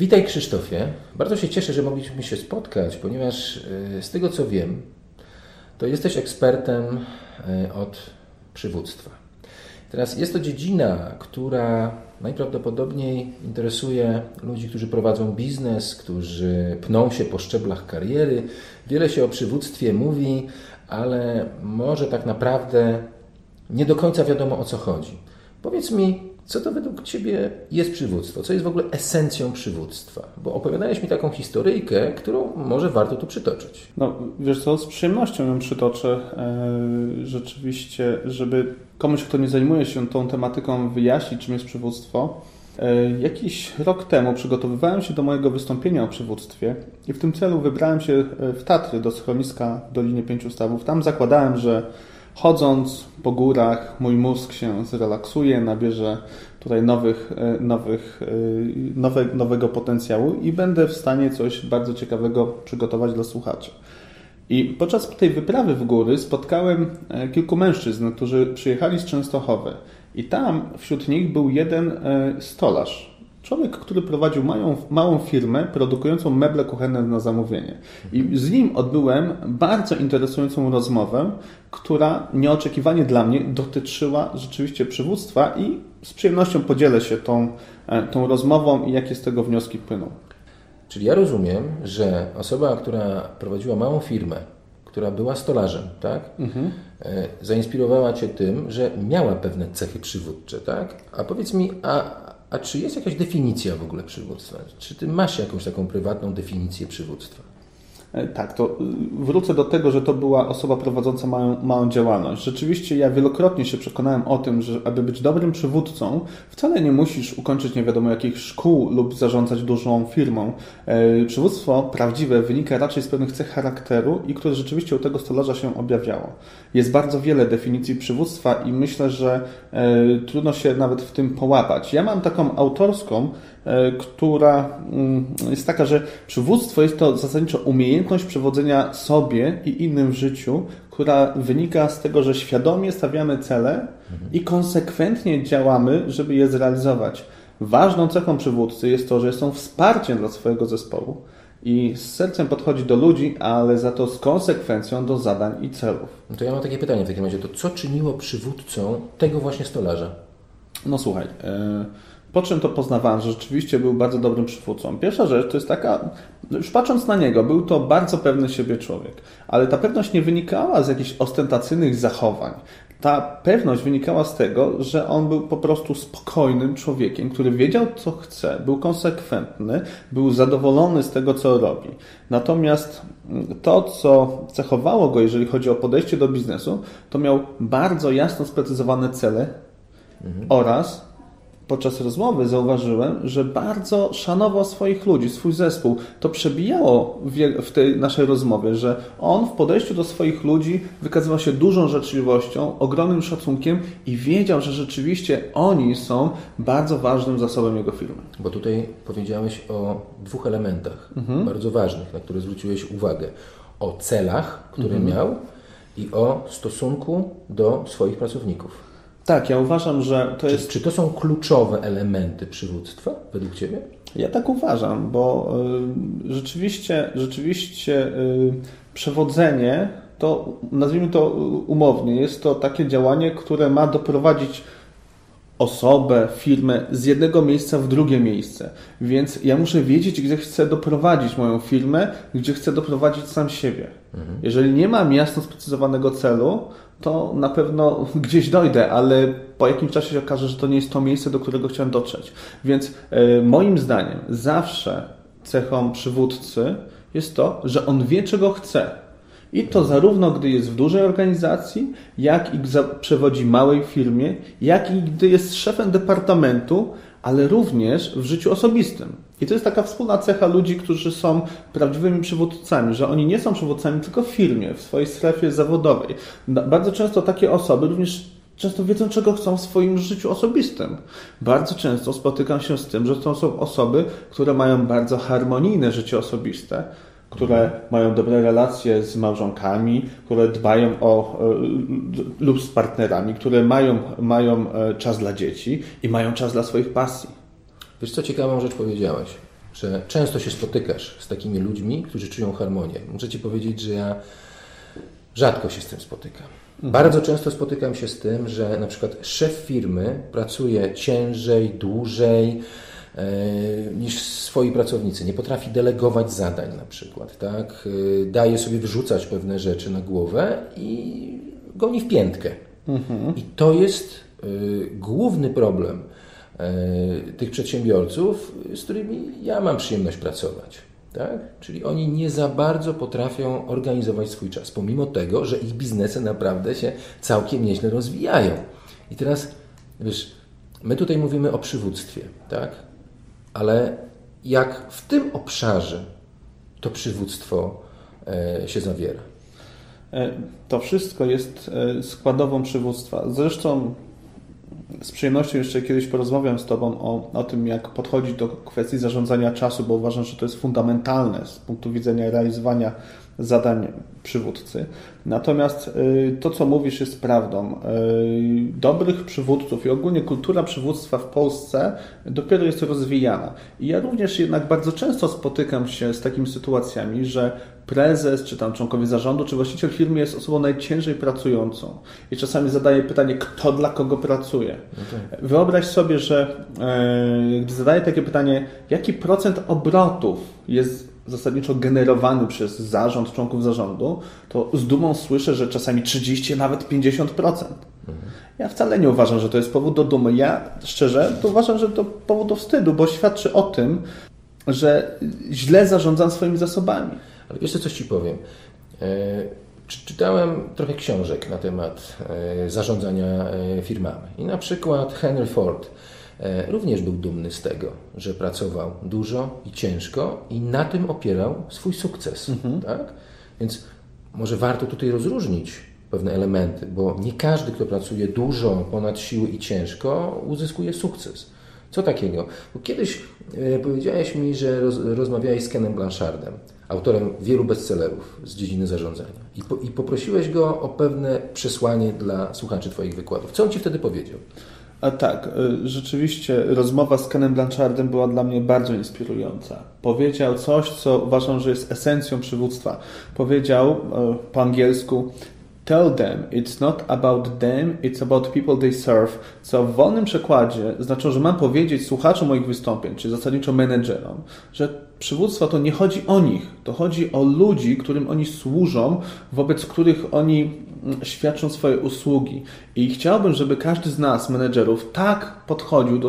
Witaj Krzysztofie. Bardzo się cieszę, że mogliśmy się spotkać, ponieważ z tego co wiem, to jesteś ekspertem od przywództwa. Teraz jest to dziedzina, która najprawdopodobniej interesuje ludzi, którzy prowadzą biznes, którzy pną się po szczeblach kariery. Wiele się o przywództwie mówi, ale może tak naprawdę nie do końca wiadomo, o co chodzi. Powiedz mi, co to według Ciebie jest przywództwo? Co jest w ogóle esencją przywództwa? Bo opowiadałeś mi taką historyjkę, którą może warto tu przytoczyć. No, wiesz co, z przyjemnością ją przytoczę. Rzeczywiście, żeby komuś, kto nie zajmuje się tą tematyką, wyjaśnić, czym jest przywództwo. Jakiś rok temu przygotowywałem się do mojego wystąpienia o przywództwie i w tym celu wybrałem się w Tatry do schroniska w Dolinie Pięciu Stawów. Tam zakładałem, że chodząc po górach mój mózg się zrelaksuje, nabierze tutaj nowego potencjału i będę w stanie coś bardzo ciekawego przygotować dla słuchaczy. I podczas tej wyprawy w góry spotkałem kilku mężczyzn, którzy przyjechali z Częstochowy. I tam wśród nich był jeden stolarz. Człowiek, który prowadził małą firmę produkującą meble kuchenne na zamówienie. I z nim odbyłem bardzo interesującą rozmowę, która nieoczekiwanie dla mnie dotyczyła rzeczywiście przywództwa i z przyjemnością podzielę się tą rozmową i jakie z tego wnioski płyną. Czyli ja rozumiem, że osoba, która prowadziła małą firmę, która była stolarzem, tak? Zainspirowała Cię tym, że miała pewne cechy przywódcze, tak? A powiedz mi, a czy jest jakaś definicja w ogóle przywództwa? Czy Ty masz jakąś taką prywatną definicję przywództwa? Tak, to wrócę do tego, że to była osoba prowadząca małą działalność. Rzeczywiście ja wielokrotnie się przekonałem o tym, że aby być dobrym przywódcą, wcale nie musisz ukończyć nie wiadomo jakich szkół lub zarządzać dużą firmą. Przywództwo prawdziwe wynika raczej z pewnych cech charakteru i które rzeczywiście u tego stolarza się objawiało. Jest bardzo wiele definicji przywództwa i myślę, że trudno się nawet w tym połapać. Ja mam taką autorską, która jest taka, że przywództwo jest to zasadniczo umiejętność przewodzenia sobie i innym w życiu, która wynika z tego, że świadomie stawiamy cele i konsekwentnie działamy, żeby je zrealizować. Ważną cechą przywódcy jest to, że jest on wsparciem dla swojego zespołu i z sercem podchodzi do ludzi, ale za to z konsekwencją do zadań i celów. No to ja mam takie pytanie w takim razie. To co czyniło przywódcą tego właśnie stolarza? No słuchaj, po czym to poznawałem, że rzeczywiście był bardzo dobrym przywódcą? Pierwsza rzecz to jest taka, już patrząc na niego, był to bardzo pewny siebie człowiek, ale ta pewność nie wynikała z jakichś ostentacyjnych zachowań. Ta pewność wynikała z tego, że on był po prostu spokojnym człowiekiem, który wiedział, co chce, był konsekwentny, był zadowolony z tego, co robi. Natomiast to, co cechowało go, jeżeli chodzi o podejście do biznesu, to miał bardzo jasno sprecyzowane cele oraz podczas rozmowy zauważyłem, że bardzo szanował swoich ludzi, swój zespół. To przebijało w tej naszej rozmowie, że on w podejściu do swoich ludzi wykazywał się dużą życzliwością, ogromnym szacunkiem i wiedział, że rzeczywiście oni są bardzo ważnym zasobem jego firmy. Bo tutaj powiedziałeś o dwóch elementach bardzo ważnych, na które zwróciłeś uwagę. O celach, które miał i o stosunku do swoich pracowników. Tak, ja uważam, że to jest... Czy to są kluczowe elementy przywództwa według Ciebie? Ja tak uważam, bo rzeczywiście przewodzenie to, nazwijmy to umownie, jest to takie działanie, które ma doprowadzić osobę, firmę z jednego miejsca w drugie miejsce. Więc ja muszę wiedzieć, gdzie chcę doprowadzić moją firmę, gdzie chcę doprowadzić sam siebie. Jeżeli nie mam jasno sprecyzowanego celu, to na pewno gdzieś dojdę, ale po jakimś czasie się okaże, że to nie jest to miejsce, do którego chciałem dotrzeć. Więc moim zdaniem zawsze cechą przywódcy jest to, że on wie, czego chce. I to zarówno gdy jest w dużej organizacji, jak i przewodzi małej firmie, jak i gdy jest szefem departamentu, ale również w życiu osobistym. I to jest taka wspólna cecha ludzi, którzy są prawdziwymi przywódcami, że oni nie są przywódcami tylko w firmie, w swojej strefie zawodowej. Bardzo często takie osoby również często wiedzą, czego chcą w swoim życiu osobistym. Bardzo często spotykam się z tym, że to są osoby, które mają bardzo harmonijne życie osobiste, które mają dobre relacje z małżonkami, które dbają lub z partnerami, które mają czas dla dzieci i mają czas dla swoich pasji. Wiesz co, ciekawą rzecz powiedziałeś, że często się spotykasz z takimi ludźmi, którzy czują harmonię. Muszę Ci powiedzieć, że ja rzadko się z tym spotykam. Bardzo często spotykam się z tym, że na przykład szef firmy pracuje ciężej, dłużej niż swoi pracownicy. Nie potrafi delegować zadań na przykład. Tak? Daje sobie wyrzucać pewne rzeczy na głowę i goni w piętkę. I to jest główny problem tych przedsiębiorców, z którymi ja mam przyjemność pracować. Tak? Czyli oni nie za bardzo potrafią organizować swój czas, pomimo tego, że ich biznesy naprawdę się całkiem nieźle rozwijają. I teraz, wiesz, my tutaj mówimy o przywództwie, tak? Ale jak w tym obszarze to przywództwo się zawiera? To wszystko jest składową przywództwa. Zresztą z przyjemnością jeszcze kiedyś porozmawiam z Tobą o tym, jak podchodzić do kwestii zarządzania czasu, bo uważam, że to jest fundamentalne z punktu widzenia realizowania zadań przywódcy. Natomiast to, co mówisz, jest prawdą. Dobrych przywódców i ogólnie kultura przywództwa w Polsce dopiero jest rozwijana. I ja również jednak bardzo często spotykam się z takimi sytuacjami, że prezes, czy tam członkowie zarządu, czy właściciel firmy jest osobą najciężej pracującą. I czasami zadaje pytanie, kto dla kogo pracuje. Okay. Wyobraź sobie, że gdy zadaję takie pytanie, jaki procent obrotów jest zasadniczo generowany przez zarząd, członków zarządu, to z dumą słyszę, że czasami 30, nawet 50%. Ja wcale nie uważam, że to jest powód do dumy. Ja szczerze to uważam, że to powód do wstydu, bo świadczy o tym, że źle zarządzam swoimi zasobami. Ale jeszcze coś Ci powiem. Czytałem trochę książek na temat zarządzania firmami. I na przykład Henry Ford również był dumny z tego, że pracował dużo i ciężko i na tym opierał swój sukces. Tak? Więc może warto tutaj rozróżnić pewne elementy, bo nie każdy, kto pracuje dużo, ponad siły i ciężko, uzyskuje sukces. Co takiego? Bo kiedyś powiedziałeś mi, że rozmawiałeś z Kenem Blanchardem, autorem wielu bestsellerów z dziedziny zarządzania. I poprosiłeś go o pewne przesłanie dla słuchaczy Twoich wykładów. Co on Ci wtedy powiedział? A tak, rzeczywiście rozmowa z Kenem Blanchardem była dla mnie bardzo inspirująca. Powiedział coś, co uważam, że jest esencją przywództwa. Powiedział po angielsku: tell them it's not about them, it's about people they serve. Co w wolnym przekładzie znaczy, że mam powiedzieć słuchaczom moich wystąpień, czy zasadniczo menedżerom, że przywództwo to nie chodzi o nich, to chodzi o ludzi, którym oni służą, wobec których oni świadczą swoje usługi. I chciałbym, żeby każdy z nas, menedżerów, tak podchodził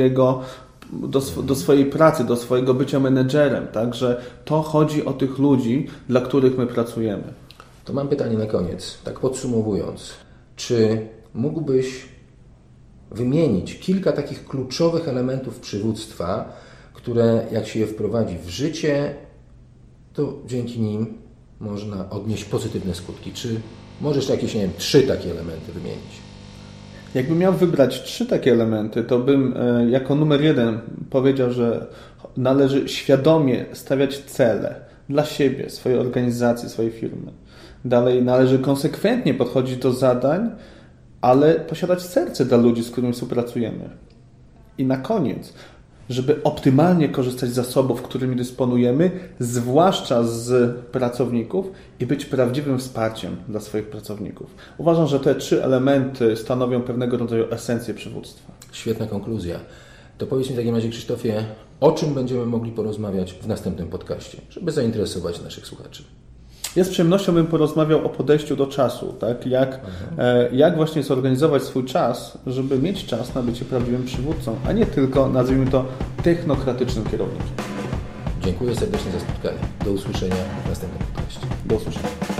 do swojej pracy, do swojego bycia menedżerem, tak, że to chodzi o tych ludzi, dla których my pracujemy. To mam pytanie na koniec, tak podsumowując. Czy mógłbyś wymienić kilka takich kluczowych elementów przywództwa, które jak się je wprowadzi w życie, to dzięki nim można odnieść pozytywne skutki? Czy możesz jakieś, 3 takie elementy wymienić? Jakbym miał wybrać 3 takie elementy, to bym jako numer 1 powiedział, że należy świadomie stawiać cele dla siebie, swojej organizacji, swojej firmy. Dalej należy konsekwentnie podchodzić do zadań, ale posiadać serce dla ludzi, z którymi współpracujemy. I na koniec, żeby optymalnie korzystać z zasobów, którymi dysponujemy, zwłaszcza z pracowników, i być prawdziwym wsparciem dla swoich pracowników. Uważam, że te 3 elementy stanowią pewnego rodzaju esencję przywództwa. Świetna konkluzja. To powiedz mi w takim razie, Krzysztofie, o czym będziemy mogli porozmawiać w następnym podcaście, żeby zainteresować naszych słuchaczy? Ja z przyjemnością bym porozmawiał o podejściu do czasu, tak? Jak właśnie zorganizować swój czas, żeby mieć czas na bycie prawdziwym przywódcą, a nie tylko, nazwijmy to, technokratycznym kierownikiem. Dziękuję serdecznie za spotkanie. Do usłyszenia w następnym podcaście. Do usłyszenia.